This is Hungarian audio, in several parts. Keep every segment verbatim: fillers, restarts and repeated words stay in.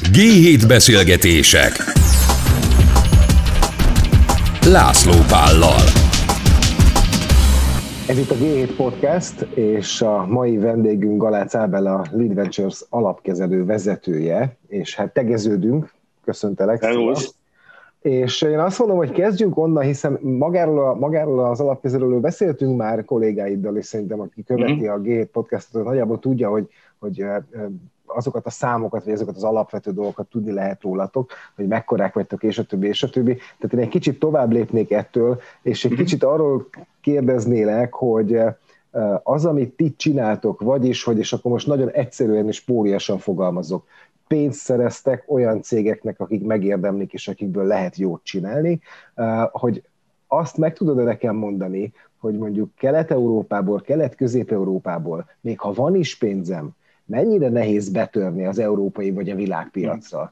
gé hét beszélgetések László Pállal. Ez itt a gé hét Podcast, és a mai vendégünk Galácz Ábel, a Lead Ventures alapkezelő vezetője, és hát tegeződünk. Köszöntelek. Hello. És én azt mondom, hogy kezdjünk onnan, hiszen magáról, a, magáról az alapkezelőről beszéltünk már kollégáiddal, és szerintem aki követi mm-hmm. a gé hét Podcastot, nagyjából tudja, hogy, hogy azokat a számokat, vagy azokat az alapvető dolgokat tudni lehet rólatok, hogy mekkorák vagytok, és a többi, és a többi. Tehát én egy kicsit tovább lépnék ettől, és egy kicsit arról kérdeznélek, hogy az, amit ti csináltok, vagyis, hogy és akkor most nagyon egyszerűen és póriasan fogalmazok, pénzt szereztek olyan cégeknek, akik megérdemlik, és akikből lehet jót csinálni, hogy azt meg tudod nekem mondani, hogy mondjuk Kelet-Európából, Kelet-Közép-Európából, még ha van is pénzem, mennyire nehéz betörni az európai vagy a világpiacra?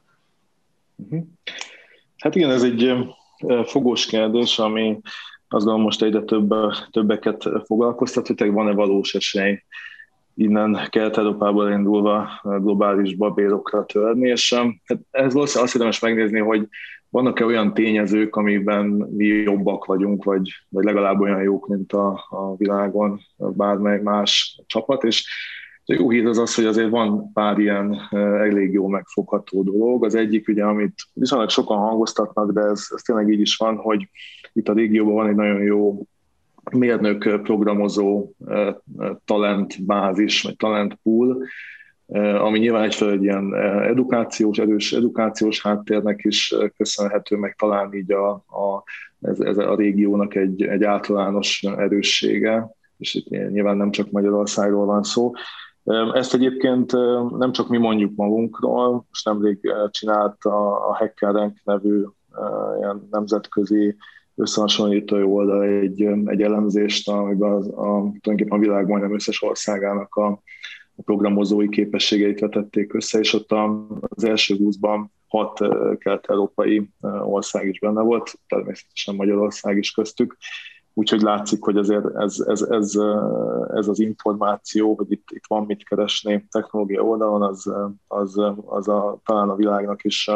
Hát igen, ez egy fogós kérdés, ami azt gondolom most egyre több, többeket foglalkoztat, hogy van-e valós esély innen Kelet-Európából indulva globális babérokra törni, és hát ez valószínűleg azt érdemes megnézni, hogy vannak-e olyan tényezők, amiben mi jobbak vagyunk, vagy, vagy legalább olyan jók, mint a, a világon bármely más csapat, és a jó hír az az, hogy azért van pár ilyen elég jó megfogható dolog. Az egyik, ugye, amit viszonylag sokan hangoztatnak, de ez, ez tényleg így is van, hogy itt a régióban van egy nagyon jó mérnök programozó talentbázis, vagy talentpool, ami nyilván egyfelől egy ilyen edukációs, erős edukációs háttérnek is köszönhető, meg talán így a, a, ez, ez a régiónak egy, egy általános erőssége, és itt nyilván nem csak Magyarországról van szó. Ezt egyébként nem csak mi mondjuk magunkról, most nemrég csinált a, a HackerRank nevű ilyen nemzetközi összehasonlító oldal egy, egy elemzést, amiben az, a, tulajdonképpen a világ majdnem összes országának a, a programozói képességeit vetették össze, és ott a, az első húszban hat kelet-európai ország is benne volt, természetesen Magyarország is köztük. Úgyhogy látszik, hogy azért ez, ez, ez, ez az információ, hogy itt, itt van mit keresni technológia oldalon, az, az, az a, talán a világnak is,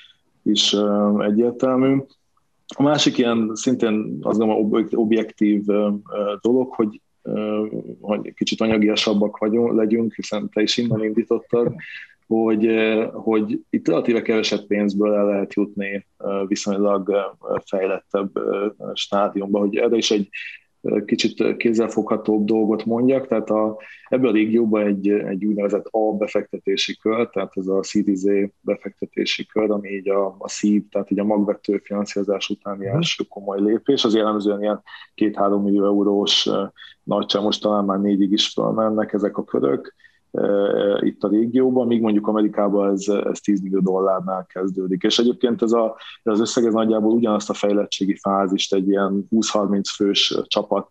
is egyértelmű. A másik ilyen szintén azt gondolom objektív dolog, hogy, hogy kicsit anyagiasabbak vagyunk, legyünk, hiszen te is innen indítottad, hogy, hogy itt relatíve keveset pénzből el lehet jutni viszonylag fejlettebb stádiumba, hogy erre is egy kicsit kézzelfoghatóbb dolgot mondjak, tehát a, ebből a régióban egy, egy úgynevezett A befektetési kör, tehát ez a Series A befektetési kör, ami így a, a szív, tehát így a magvető finanszírozás utáni első komoly lépés, az jellemzően ilyen két-három millió eurós nagyság, most talán már négyig is felmennek ezek a körök itt a régióban, míg mondjuk Amerikában ez, ez tíz millió dollárnál kezdődik. És egyébként ez a, az összeg ez nagyjából ugyanazt a fejlettségi fázist egy ilyen húsz-harminc fős csapat,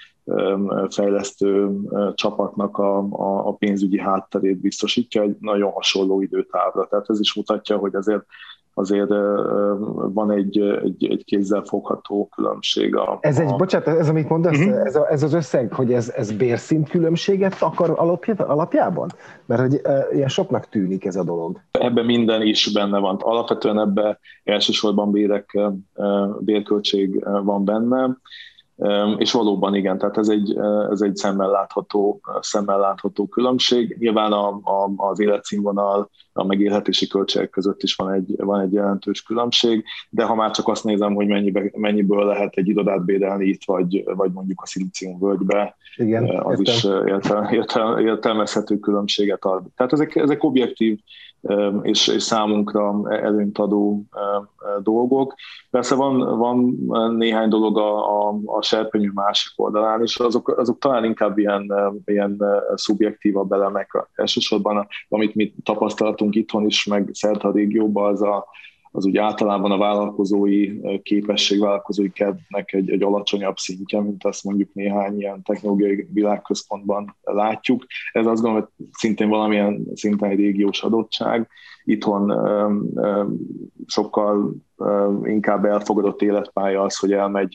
fejlesztő csapatnak a, a, a pénzügyi hátterét biztosítja egy nagyon hasonló időtávra. Tehát ez is mutatja, hogy azért azért van egy, egy, egy kézzel fogható különbség. A, ez egy, a... bocsánat, ez amit mondasz, uh-huh. ez, a, ez az összeg, hogy ez, ez bérszint különbséget akar alapjában? Mert hogy ilyen soknak tűnik ez a dolog. Ebben minden is benne van. Alapvetően ebben elsősorban bérek, bérköltség van benne, és valóban igen, tehát ez egy, ez egy szemmel látható, szemmel látható különbség. Nyilván a, a, az életszínvonal, a megélhetési költségek között is van egy, van egy jelentős különbség, de ha már csak azt nézem, hogy mennyibe, mennyiből lehet egy irodát bérelni itt, vagy, vagy mondjuk a Szilíciumvölgybe, igen, az értem. Is értel, értel, értelmezhető különbséget ad. Tehát ezek, ezek objektív és, és számunkra előnyt adó dolgok. Persze van, van néhány dolog a, a, a serpenyő másik oldalán, és azok, azok talán inkább ilyen, ilyen szubjektívabb elemek. Elsősorban, amit mi tapasztaltunk itthon is, meg szerte a régióban, az a az úgy általában a vállalkozói képesség, vállalkozói kedvnek egy, egy alacsonyabb szintje, mint azt mondjuk néhány ilyen technológiai világközpontban látjuk. Ez azt gondolom, hogy szintén valamilyen szinten egy régiós adottság. Itthon um, um, sokkal um, inkább elfogadott életpálya az, hogy elmegy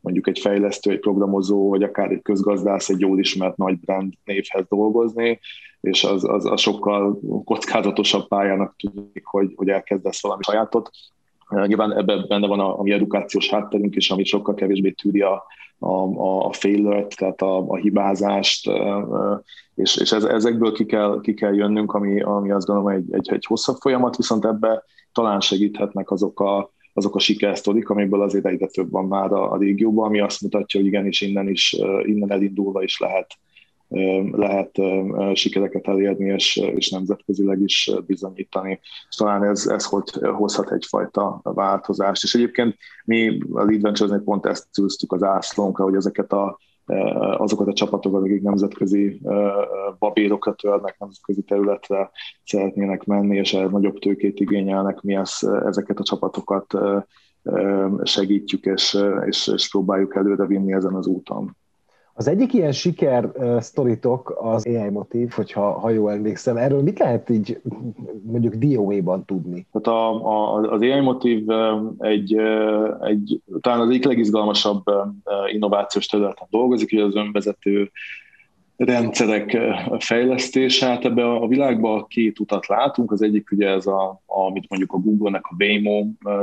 mondjuk egy fejlesztő, egy programozó, vagy akár egy közgazdász egy jól ismert nagy brand névhez dolgozni, és az, az, az sokkal kockázatosabb pályának tűnik, hogy, hogy elkezdesz valami sajátot. Nyilván ebben benne van a, a mi edukációs hátterünk is, ami sokkal kevésbé tűri a, a, a failure-t, tehát a, a hibázást, és, és ez, ezekből ki kell, ki kell jönnünk, ami, ami azt gondolom egy, egy, egy hosszabb folyamat, viszont ebbe talán segíthetnek azok a, azok a sikersztorik, amiből azért egyre több van már a, a régióban, ami azt mutatja, hogy igenis innen, is, innen elindulva is lehet lehet sikereket elérni, és, és nemzetközileg is bizonyítani. És talán ez, ez hogy hozhat egyfajta változást. És egyébként mi a Lead Ventures-nél pont ezt tűztük az ászlónkra, hogy ezeket a, azokat a csapatokat, akik nemzetközi babérokra törnek, nemzetközi területre szeretnének menni, és ehhez nagyobb tőkét igényelnek, mi ezt, ezeket a csapatokat segítjük, és, és, és próbáljuk előre vinni ezen az úton. Az egyik ilyen siker uh, sztoritok az á i Motive, hogyha ha jól emlékszem. Erről mit lehet így mondjuk dióhéjban tudni? Hát a, a, az á i Motive egy, egy, talán az egyik legizgalmasabb innovációs területen dolgozik, hogy az önvezető rendszerek fejlesztése. Hát ebben a világban két utat látunk. Az egyik ugye ez, a, amit mondjuk a Google-nek a Waymo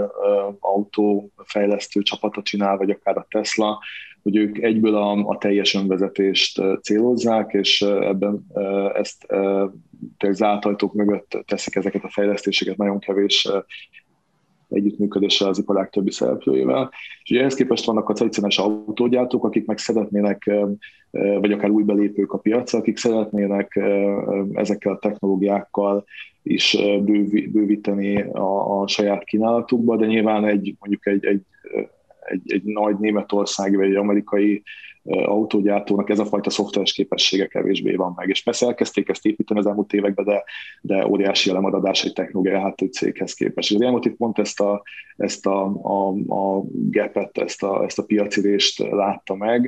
autófejlesztő csapata csinál, vagy akár a Tesla, hogy ők egyből a, a teljes önvezetést célozzák, és ebben ezt zárt ajtók mögött teszik ezeket a fejlesztéseket, nagyon kevés együttműködéssel az iparág többi szereplőjével. És ugye ehhez képest vannak a tradicionális autógyártók, akik meg szeretnének, vagy akár új belépők a piacra, akik szeretnének ezekkel a technológiákkal is bővíteni a, a saját kínálatukba, de nyilván egy, mondjuk egy, egy Egy, egy nagy németországi vagy egy amerikai autógyártónak ez a fajta szoftveres képessége kevésbé van meg. És persze elkezdték ezt építeni az elmúlt években, de, de óriási a lemaradás egy technológiai háttérű céghez képest. És az Emotive pont ezt a, ezt a, a, a gapet, ezt a, ezt a piacirést látta meg,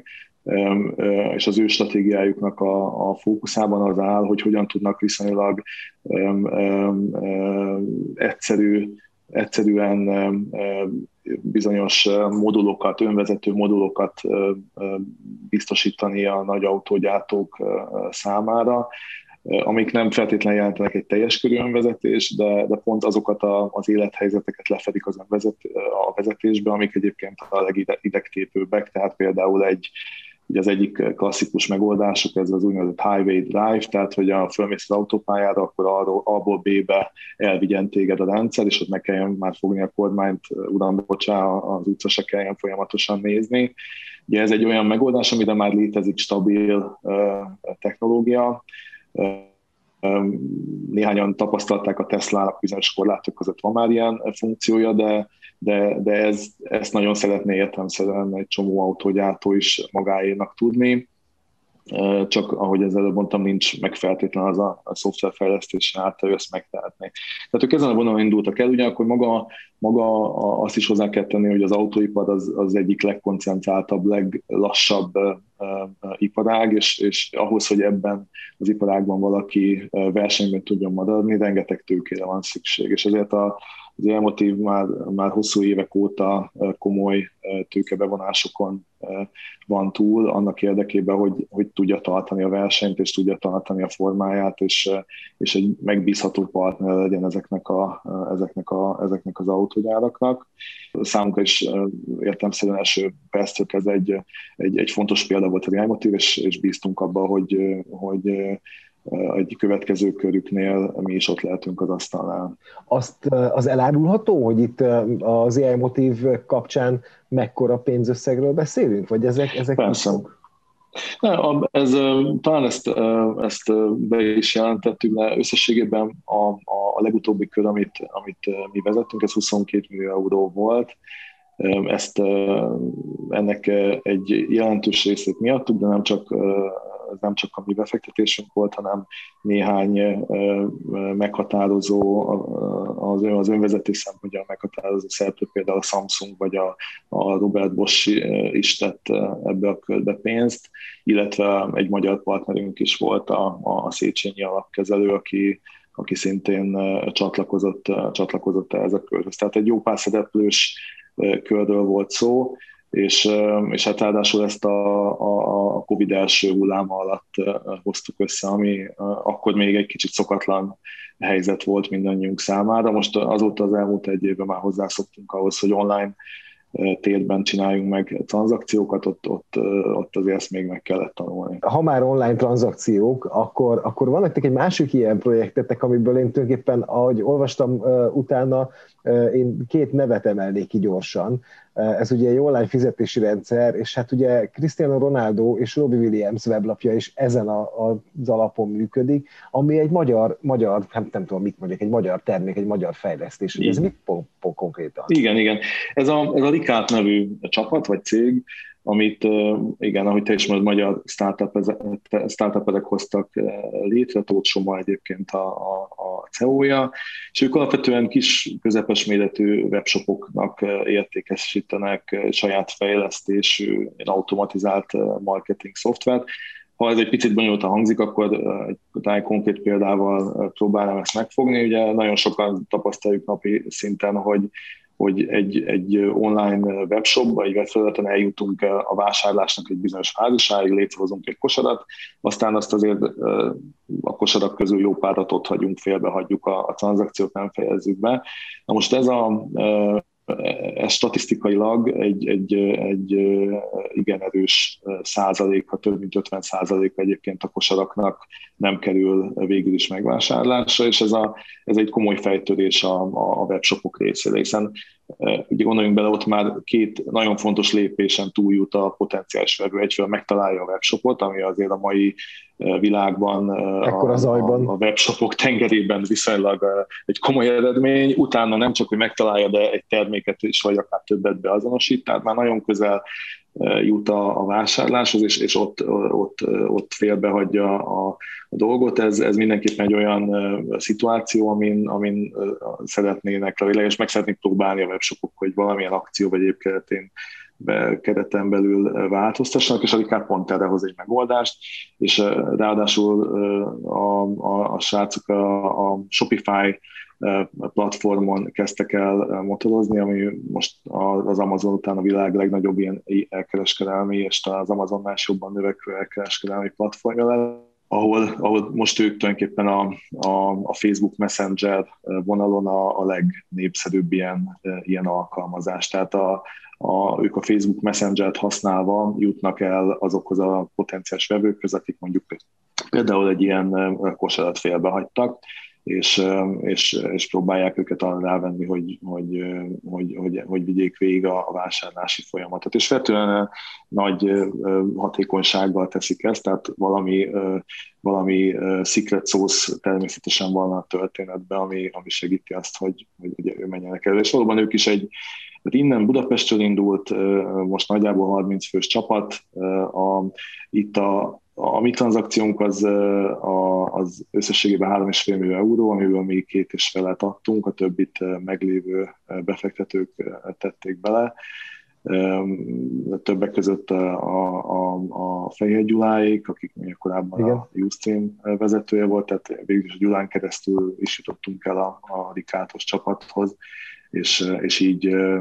és az ő stratégiájuknak a, a fókuszában az áll, hogy hogyan tudnak viszonylag um, um, um, egyszerű, egyszerűen um, bizonyos modulokat, önvezető modulokat biztosítani a nagy autógyártók számára, amik nem feltétlenül jelentenek egy teljes körű önvezetés, de, de pont azokat a, az élethelyzeteket lefedik az önvezet, a vezetésbe, amik egyébként a legidegtépőbbek, tehát például egy Ugye az egyik klasszikus megoldásuk, ez az úgynevezett highway drive, tehát hogy a fölmész az autópályára, akkor arról, abból B-be elvigyen téged a rendszer, és ott ne kelljen már fogni a kormányt, uram, bocsá, az utca se kelljen folyamatosan nézni. Ugye ez egy olyan megoldás, amire már létezik stabil uh, technológia. Uh, Néhányan tapasztalták, a Teslának bizonyos korlátok között van már ilyen funkciója, de, de, de ez, ezt nagyon szeretné értelemszerűen egy csomó autógyártó is magáénak tudni. Csak ahogy az előbb mondtam, nincs meg feltétlenül az a, a szoftverfejlesztésen által, ezt megtehetnék. Tehát ők ezen a vonalon indultak el, ugyanakkor maga, maga azt is hozzá kell tenni, hogy az autóipar az, az egyik legkoncentráltabb, leglassabb uh, uh, iparág, és, és ahhoz, hogy ebben az iparágban valaki uh, versenyben tudjon maradni, rengeteg tőkére van szükség, és ezért a Az Emotive már, már hosszú évek óta komoly tőkebevonásokon van túl, annak érdekében, hogy, hogy tudja tartani a versenyt, és tudja tartani a formáját, és, és egy megbízható partner legyen ezeknek, a, ezeknek, a, ezeknek az autógyáraknak. Számunkra is értelemszerűen első perctől ez egy, egy, egy fontos példa volt az Emotive, és, és bíztunk abban, hogy, hogy egy következő körüknél mi is ott lehetünk az asztalnál. Azt az elárulható, hogy itt az á i Motive kapcsán mekkora pénzösszegről beszélünk? Vagy ezek, ezek Persze. Ne, ez, talán ezt, ezt be is jelentettük, de összességében a, a legutóbbi kör, amit, amit mi vezettünk, ez huszonkét millió euró volt. Ezt ennek egy jelentős részét miattuk, de nem csak ez nem csak a mi befektetésünk volt, hanem néhány meghatározó, az, az önvezetés szempontjából meghatározó szereplő, például a Samsung vagy a, a Robert Bosch is tett ebbe a körbe pénzt, illetve egy magyar partnerünk is volt, a, a Széchenyi alapkezelő, aki, aki szintén csatlakozott, csatlakozott ehhez a körhöz. Tehát egy jó pár szereplős körről volt szó. és, és hát ráadásul ezt a, a, a Covid első hulláma alatt hoztuk össze, ami akkor még egy kicsit szokatlan helyzet volt mindannyiunk számára. Most azóta az elmúlt egy évben már hozzászoktunk ahhoz, hogy online térben csináljunk meg tranzakciókat, ott, ott, ott azért ezt még meg kellett tanulni. Ha már online tranzakciók, akkor, akkor van nektek egy másik ilyen projektetek, amiből én tulajdonképpen, ahogy olvastam uh, utána, uh, én két nevet emelnék ki gyorsan. Uh, ez ugye egy online fizetési rendszer, és hát ugye Cristiano Ronaldo és Robbie Williams weblapja is ezen a, a, az alapon működik, ami egy magyar, magyar nem, nem tudom mit mondjak, egy magyar termék, egy magyar fejlesztés. Ugye ez mit pont, pont konkrétan? Igen, igen. Ez a, ez a Ricart nevű csapat, vagy cég, amit, igen, ahogy te is mondod, magyar startup-ezek hoztak létre, Tóth Soma egyébként a, a, a cé e o-ja, és ők alapvetően kis, közepes méretű webshopoknak értékesítenek saját fejlesztésű, automatizált marketing szoftvert. Ha ez egy picit bonyolultan hangzik, akkor egy konkrét példával próbálom ezt megfogni. Ugye nagyon sokan tapasztaljuk napi szinten, hogy hogy egy, egy online webshopba, egy webfelületen eljutunk a vásárlásnak egy bizonyos fázisáig, létrehozunk egy kosarat, aztán azt azért a kosarak közül jó párat ott hagyunk, félbe hagyjuk a, a tranzakciót, nem fejezzük be. Na most ez a ez statisztikailag egy, egy, egy igen erős százalék, ha több mint ötven százalék egyébként a kosaraknak nem kerül végül is megvásárlásra, és ez, a, ez egy komoly fejtörés a, a webshopok részére, hiszen ugye gondoljunk bele, ott már két nagyon fontos lépésen túljut a potenciális vevő. Egyfelől megtalálja a webshopot, ami azért a mai világban, a, a, a webshopok tengerében viszonylag egy komoly eredmény. Utána nem csak, hogy megtalálja, de egy terméket is, vagy akár többet beazonosít, tehát már nagyon közel jut a, a vásárláshoz, és, és ott, ott, ott félbehagyja a, a dolgot. Ez, ez mindenképpen egy olyan szituáció, amin, amin szeretnének, és meg szeretnék próbálni a webshopok, hogy valamilyen akció vagy épp keretén be, kereten belül változtassanak, és a Ricart pont erre hoz egy megoldást, és ráadásul a, a, a srácok a, a Shopify platformon kezdtek el motorozni, ami most az Amazon után a világ legnagyobb ilyen elkereskedelmi, és az Amazonnál is jobban növekvő elkereskedelmi platformja lett, ahol, ahol most ők tulajdonképpen a, a, a Facebook Messenger vonalon a, a legnépszerűbb ilyen, ilyen alkalmazás. Tehát a, a, ők a Facebook Messenger-t használva jutnak el azokhoz a potenciális vevőkhöz, akik mondjuk például egy ilyen kosarat félbehagytak, és, és, és próbálják őket arra rávenni, hogy, hogy, hogy, hogy, hogy vigyék végig a, a vásárlási folyamatot. És feltétlenül nagy hatékonysággal teszik ezt, tehát valami, valami secret sauce természetesen van a történetben, ami, ami segíti azt, hogy, hogy ugye ő menjenek el. És valóban ők is egy, tehát innen Budapestről indult, most nagyjából harminc fős csapat, a, itt a A mi tranzakciónk az, az összességében három és fél millió euró, amiből mi két és felet adtunk, a többit meglévő befektetők tették bele. Többek között a, a, a Fehér Gyuláék, akik még korábban igen. A Ustream vezetője volt, tehát végül is Gyulán keresztül is jutottunk el a, a Ricartos csapathoz, és, és így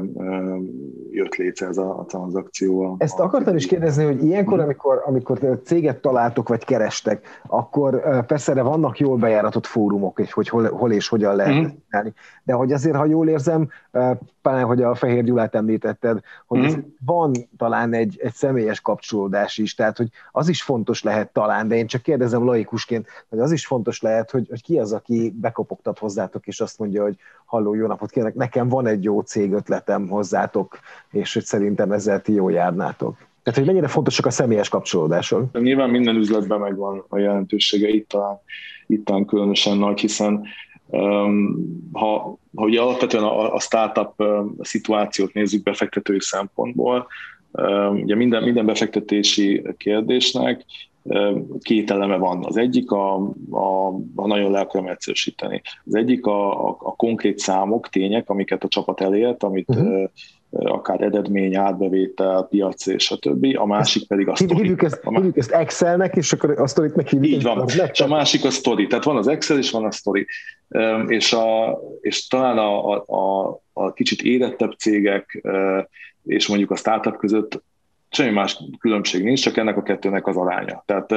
jött létre ez a, a tranzakció. Ezt akartam is kérdezni, hogy ilyenkor, amikor, amikor céget találtok, vagy kerestek, akkor persze erre vannak jól bejáratott fórumok, és hogy hol, hol és hogyan lehet mm. csinálni. De hogy azért, ha jól érzem, pláne, hogy a Fehér Gyulát említetted, hogy mm. van talán egy, egy személyes kapcsolódás is, tehát hogy az is fontos lehet talán, de én csak kérdezem laikusként, hogy az is fontos lehet, hogy, hogy ki az, aki bekopogtat hozzátok, és azt mondja, hogy halló, jó napot kérlek, nekem van egy jó cégötletem hozzátok, és hogy szerintem ezzel ti jól járnátok. Tehát, hogy mennyire fontosak a személyes kapcsolódások? Nyilván minden üzletben megvan a jelentősége, itt talán, itt talán különösen nagy, hiszen um, ha, ha ugye alapvetően a, a startup um, szituációt nézzük befektetői szempontból, um, ugye minden, minden befektetési kérdésnek két eleme van. Az egyik, a, a, a nagyon le akarom egyszerűsíteni. Az egyik a, a, a konkrét számok, tények, amiket a csapat elért, amit uh-huh. akár eredmény, átbevétel, piac és a többi, a másik pedig a sztori. Hívjuk ezt, hívjuk ezt Excelnek, és akkor a sztorit meghívjuk. Így van, és a másik a sztori. Tehát van az Excel, és van a sztori. És, a, és talán a, a, a kicsit érettebb cégek, és mondjuk a startup között semmi más különbség nincs, csak ennek a kettőnek az aránya. Tehát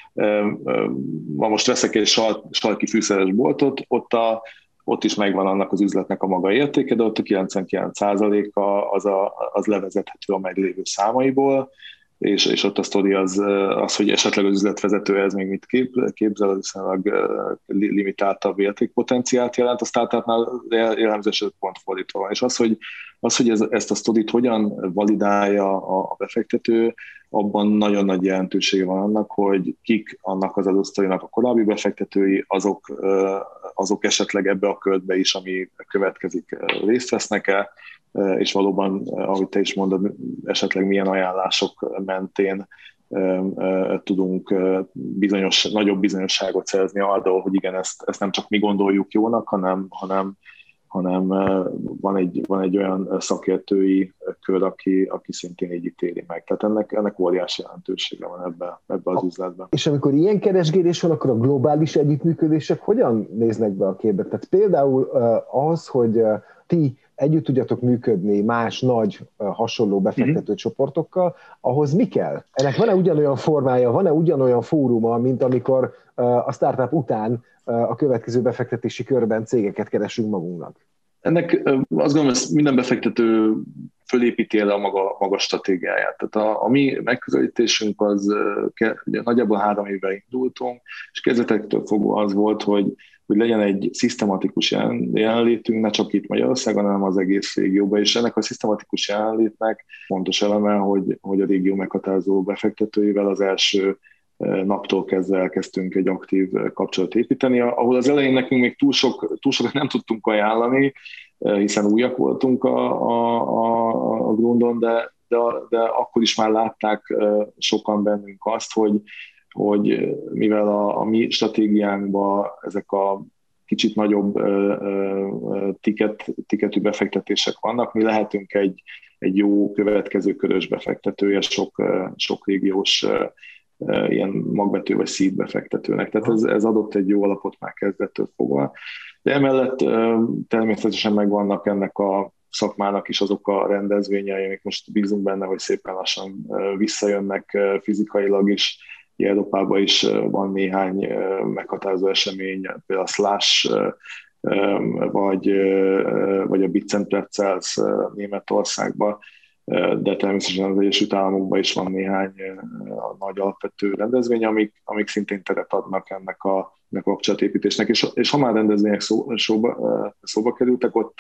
ma most veszek egy sal, salki fűszeres boltot, ott a ott is megvan annak az üzletnek a maga értéke, de ott a kilencvenkilenc százaléka az, a, az levezethető a meglévő számaiból, és, és ott a sztori az, az, hogy esetleg az üzletvezető ez még mit kép, képzel, az viszonylag limitáltabb értékpotenciált jelent, a startupnál jellemzősen pont fordítva van. És az, hogy, az, hogy ez, ezt a sztorit hogyan validálja a befektető, abban nagyon nagy jelentősége van annak, hogy kik annak az adott sztorinak a korábbi befektetői, azok, azok esetleg ebbe a körbe is, ami következik, részt vesznek-e, és valóban, ahogy te is mondod, esetleg milyen ajánlások mentén tudunk bizonyos, nagyobb bizonyosságot szerezni arról, hogy igen, ezt, ezt nem csak mi gondoljuk jónak, hanem, hanem, hanem van, egy, van egy olyan szakértői kör, aki, aki szintén így ítéli meg. Tehát ennek, ennek óriási jelentősége van ebben ebbe az üzletben. És amikor ilyen keresgélés van, akkor a globális együttműködések hogyan néznek be a képbe? Tehát például az, hogy ti együtt tudjatok működni más nagy, hasonló befektető csoportokkal, ahhoz mi kell? Ennek van-e ugyanolyan formája, van-e ugyanolyan fóruma, mint amikor a startup után a következő befektetési körben cégeket keresünk magunknak? Ennek azt gondolom, hogy minden befektető fölépíti el a maga, maga stratégiáját. Tehát a, a mi megközelítésünk az, ugye, nagyjából három éve indultunk, és kezdetektől fogva az volt, hogy hogy legyen egy szisztematikus jelenlétünk, ne csak itt Magyarországon, hanem az egész régióban, és ennek a szisztematikus jelenlétnek fontos eleme, hogy, hogy a régió meghatározó befektetőivel az első naptól kezdve elkezdtünk egy aktív kapcsolatot építeni, ahol az elején nekünk még túl, sok, túl sokat nem tudtunk ajánlani, hiszen újak voltunk a, a, a, a Grundon, de, de, de akkor is már látták sokan bennünk azt, hogy hogy mivel a, a mi stratégiánkban ezek a kicsit nagyobb uh, uh, tiket, tiketű befektetések vannak, mi lehetünk egy, egy jó következő körös befektetője sok, uh, sok régiós uh, uh, ilyen magbetű vagy seed befektetőnek. Tehát ez, ez adott egy jó alapot már kezdettől fogva. De emellett uh, természetesen megvannak ennek a szakmának is azok a rendezvényei, amik most bízunk benne, hogy szépen lassan uh, visszajönnek uh, fizikailag is. Európában is van néhány meghatározó esemény, például a Slash, vagy, vagy a Bits and Pretzels Németországban, de természetesen az Egyesült Államokban is van néhány nagy alapvető rendezvény, amik, amik szintén teret adnak ennek a, ennek a kapcsolatépítésnek. És, és ha már rendezvények szó, szóba, szóba kerültek, ott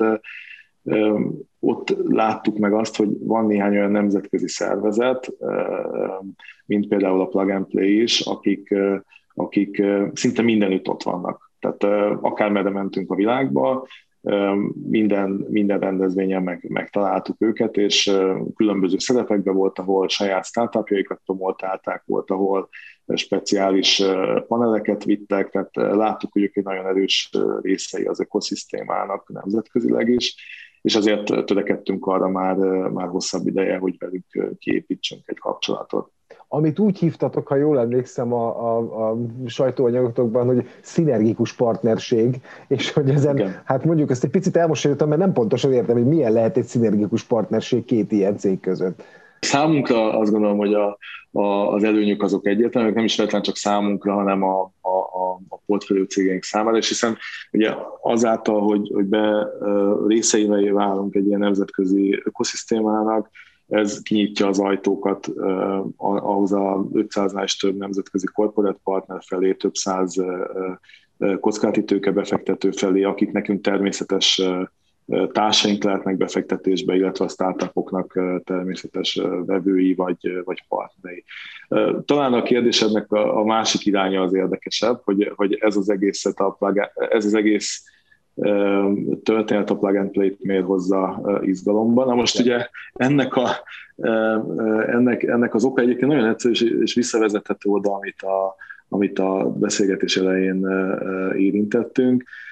ott láttuk meg azt, hogy van néhány olyan nemzetközi szervezet, mint például a Plug and Play is, akik, akik szinte mindenütt ott vannak. Tehát akármerre mentünk a világba, minden, minden rendezvényen meg, megtaláltuk őket, és különböző szerepekben volt, ahol saját startupjaikat promotálták, volt, ahol speciális paneleket vittek, tehát láttuk, hogy ők egy nagyon erős részei az ökoszisztémának nemzetközileg is, és azért törekedtünk arra már, már hosszabb ideje, hogy velük kiépítsünk egy kapcsolatot. Amit úgy hívtatok, ha jól emlékszem a, a, a sajtóanyagotokban, hogy szinergikus partnerség, és hogy ezen, igen. Hát mondjuk ezt egy picit elmosolyodtam, mert nem pontosan értem, hogy milyen lehet egy szinergikus partnerség két ilyen cég között. Számunkra azt gondolom, hogy a, a, az előnyök azok egyértelműek, nem is feltétlenül csak számunkra, hanem a, a, a portfólió cégeink számára, és hiszen ugye azáltal, hogy, hogy be részeivé válunk egy ilyen nemzetközi ökoszisztémának, ez kinyitja az ajtókat uh, ahhoz a ötszáznál is több nemzetközi korporát partner felé, több száz uh, kockázati tőke befektető felé, akik nekünk természetes uh, társaink lehetnek befektetésbe, illetve a startupoknak uh, természetes uh, vevői vagy, vagy partnerei. Uh, talán a kérdésednek a, a másik iránya az érdekesebb, hogy, hogy ez az egészet a plug, ez az egész történet a Plug and Play-t miért hozza izgalomban. Na most ugye ennek, a, ennek, ennek az oka egyébként nagyon egyszerű és visszavezethető oda, amit a, amit a beszélgetés elején érintettünk.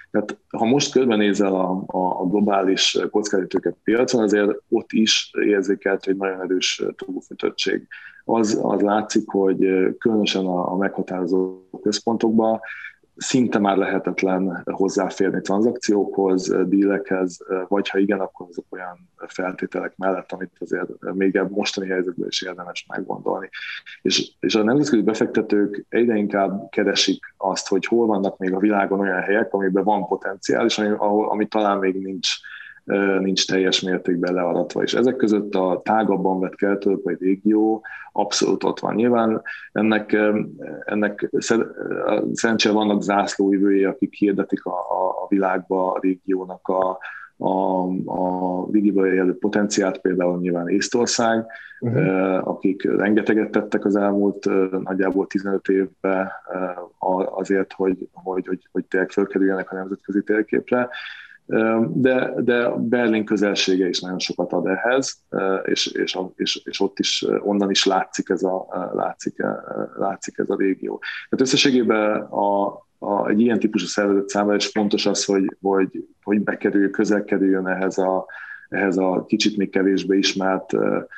Tehát ha most körbenézel a, a globális kockázatőke piacon, azért ott is érzékelhető egy nagyon erős túlfűtöttség. Az, az látszik, hogy különösen a, a meghatározó központokban szinte már lehetetlen hozzáférni tranzakciókhoz, dílekhez, vagy ha igen, akkor azok olyan feltételek mellett, amit azért még a mostani helyzetben is érdemes meggondolni. És, és a nemzetközi befektetők egyre inkább keresik azt, hogy hol vannak még a világon olyan helyek, amiben van potenciál, és ami, ahol, ami talán még nincs, nincs teljes mértékben learatva. És ezek között a tágabban vett kelet-európai régió abszolút ott van. Nyilván ennek, ennek szerencsére vannak zászlóivői, akik hirdetik a, a világba a régiónak a, a, a régióban jelent potenciált, például nyilván Észtország, uh-huh. akik rengeteget tettek az elmúlt nagyjából tizenöt évben azért, hogy, hogy, hogy, hogy tényleg fölkerüljenek a nemzetközi térképre. De, de Berlin közelsége is nagyon sokat ad ehhez, és, és, és, és ott is, onnan is látszik ez a, látszik, látszik ez a régió. Tehát összességében a, a, egy ilyen típusú szervezet számára is fontos az, hogy, hogy, hogy bekerül, közel kerüljön ehhez a, ehhez a kicsit még kevésbé ismert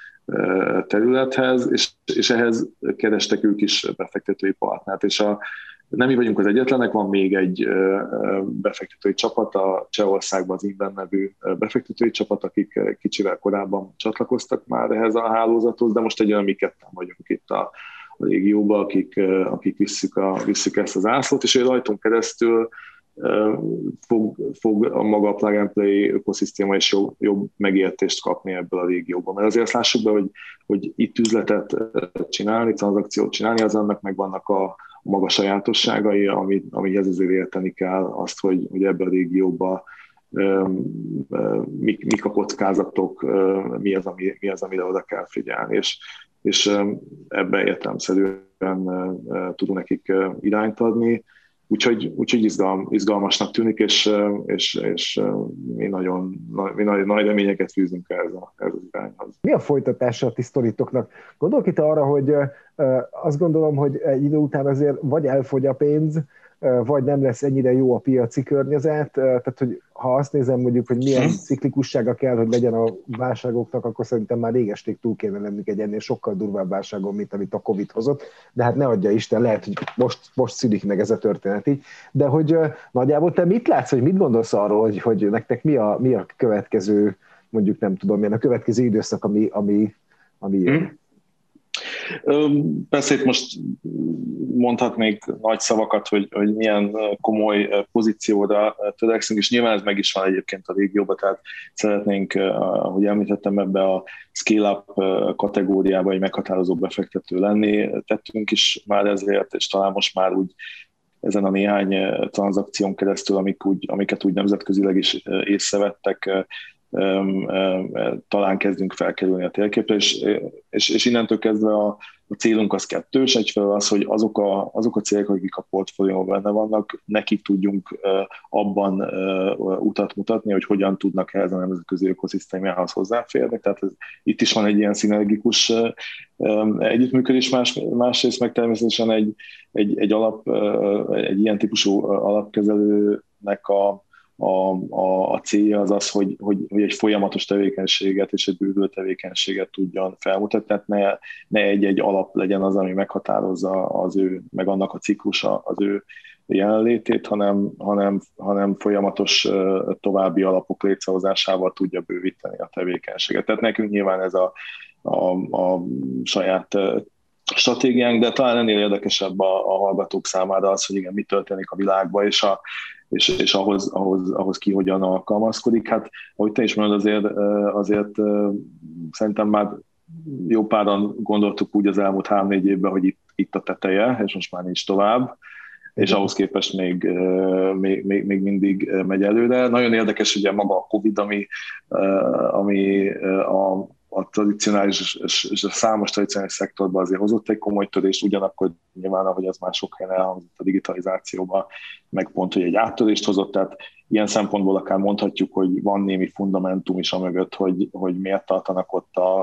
területhez, és, és ehhez kerestek ők is befektetői partnert, és a nem mi vagyunk az egyetlenek, van még egy befektetői csapat, a Csehországban az Inven nevű befektetői csapat, akik kicsivel korábban csatlakoztak már ehhez a hálózathoz, de most egy olyan mi ketten vagyunk itt a, a régióban, akik, akik visszük, a, visszük ezt az ászlót, és rajtunk keresztül fog, fog a maga a plug and play ökoszisztéma is jobb, jobb megértést kapni ebből a régióban. Mert azért azt lássuk be, hogy, hogy itt üzletet csinálni, tranzakciót csinálni, az annak meg vannak a a maga sajátosságai, ami, amihez azért érteni kell azt, hogy, hogy ebben a régióban um, uh, mik, mik a kockázatok, uh, mi, az, ami, mi az, amire oda kell figyelni. És, és um, ebben értelemszerűen uh, uh, tudunk nekik uh, irányt adni. Úgyhogy, úgyhogy izgalm, izgalmasnak tűnik, és, és, és mi nagyon mi nagy, nagy reményeket fűzünk ehhez, a, ehhez az irányhoz. Mi a folytatása a ti sztoritoknak? Gondolok itt arra, hogy azt gondolom, hogy egy idő után azért vagy elfogy a pénz, vagy nem lesz ennyire jó a piaci környezet. Tehát, hogy ha azt nézem mondjuk, hogy milyen ciklikussága kell, hogy legyen a válságoknak, akkor szerintem már régesték túl kéne lennünk egy ennél sokkal durvább válságon, mint amit a Covid hozott. De hát ne adja Isten, lehet, hogy most, most szülik meg ez a történet így. De hogy nagyjából te mit látsz, vagy mit gondolsz arról, hogy, hogy nektek mi a, mi a következő, mondjuk nem tudom, milyen a következő időszak, ami, ami, ami jön? Hmm. Persze itt most mondhatnék nagy szavakat, hogy, hogy milyen komoly pozícióra törekszünk, és nyilván ez meg is van egyébként a régióban, tehát szeretnénk, ahogy említettem, ebbe a scale-up kategóriába egy meghatározó befektető lenni. Tettünk is már ezért, és talán most már úgy ezen a néhány tranzakción keresztül, amik úgy, amiket úgy nemzetközileg is észrevettek, talán kezdünk felkerülni a térképre, és, és, és innentől kezdve a, a célunk az kettős, egyfelől az, hogy azok a, azok a cégek, akik a portfólióban benne vannak, nekik tudjunk abban utat mutatni, hogy hogyan tudnak ehhez a nemzetközi ökoszisztémához hozzáférni, tehát ez, itt is van egy ilyen szinergikus együttműködés, más, másrészt meg természetesen egy, egy, egy, alap, egy ilyen típusú alapkezelőnek a A, a, a célja az az, hogy, hogy, hogy egy folyamatos tevékenységet és egy bővülő tevékenységet tudjon felmutatni, tehát ne, ne egy-egy alap legyen az, ami meghatározza az ő, meg annak a ciklusa az ő jelenlétét, hanem, hanem, hanem folyamatos további alapok létrehozásával tudja bővíteni a tevékenységet. Tehát nekünk nyilván ez a, a, a saját stratégiánk, de talán ennél érdekesebb a, a hallgatók számára az, hogy igen, mi történik a világban, és a és, és ahhoz, ahhoz, ahhoz ki hogyan alkalmazkodik. Hát, ahogy te is mondod, azért, azért szerintem már jó páran gondoltuk úgy az elmúlt három-négy évben, hogy itt, itt a teteje, és most már nincs tovább, és ahhoz képest még, még, még, még mindig megy előre. Nagyon érdekes ugye maga a Covid, ami, ami a a tradicionális és a számos tradicionális szektorban azért hozott egy komoly törést, ugyanakkor nyilván, ahogy az már sok helyen elhangzott a digitalizációban, meg pont, hogy egy áttörést hozott, tehát ilyen szempontból akár mondhatjuk, hogy van némi fundamentum is amögött, hogy, hogy miért tartanak ott a,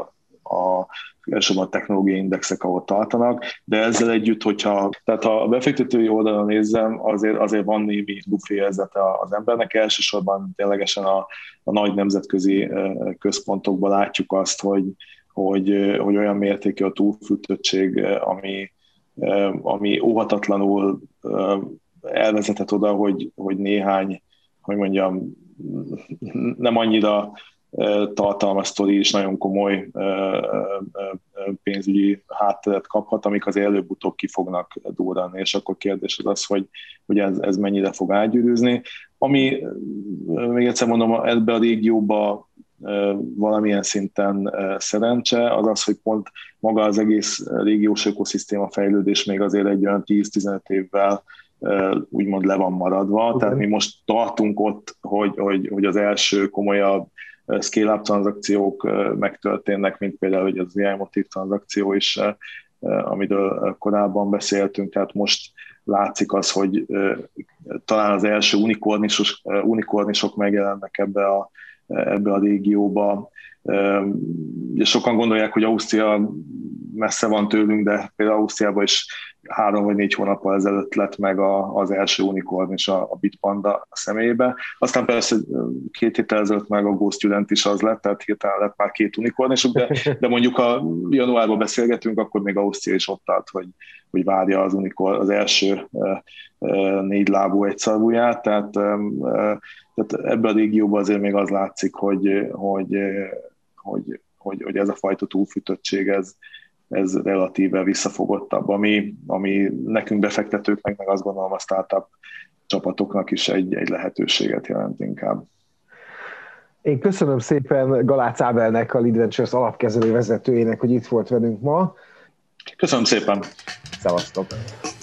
a elsősorban a technológiai indexek, ahol tartanak, de ezzel együtt, hogyha tehát ha a befektetői oldalon nézem, azért, azért van némi buférzete az embernek, elsősorban ténylegesen a, a nagy nemzetközi központokban látjuk azt, hogy, hogy, hogy olyan mértékű a túlfűtöttség, ami, ami óhatatlanul elvezetett oda, hogy, hogy néhány, hogy mondjam, nem annyira tartalmas sztori is nagyon komoly pénzügyi hátteret kaphat, amik azért előbb-utóbb ki fognak durrani, és akkor kérdés az az, hogy, hogy ez, ez mennyire fog átgyűrűzni. Ami, még egyszer mondom, ebbe a régióba valamilyen szinten szerencse, az az, hogy pont maga az egész régiós ökoszisztéma fejlődés még azért egy olyan tíz-tizenöt évvel úgymond le van maradva, okay. Tehát mi most tartunk ott, hogy, hogy, hogy az első komolyabb scale-up tranzakciók megtörténnek, mint például hogy az iMotiv tranzakció is, amiről korábban beszéltünk, tehát most látszik az, hogy talán az első unikornisok, unikornisok megjelennek ebbe a, ebbe a régióba. Sokan gondolják, hogy Ausztria messze van tőlünk, de például Ausztriában is három vagy négy hónappal ezelőtt lett meg a, az első unikornis a, a Bitpanda személyébe. Aztán persze két héttel ezelőtt meg a GoStudent is az lett, tehát hirtelen lett már két unikornisuk, de, de mondjuk ha januárban beszélgetünk, akkor még Ausztria is ott állt, hogy, hogy várja az, unikor, az első négy lábú egyszarvúját, tehát, tehát ebben a régióban azért még az látszik, hogy, hogy, hogy, hogy, hogy ez a fajta túlfűtöttség, ez, ez relatíve visszafogottabb, ami, ami nekünk befektetőknek, meg azt gondolom a startup csapatoknak is egy, egy lehetőséget jelent inkább. Én köszönöm szépen Galácz Ábelnek, a Lead Ventures alapkezelő vezetőjének, hogy itt volt velünk ma. Köszönöm szépen! Szevasztok!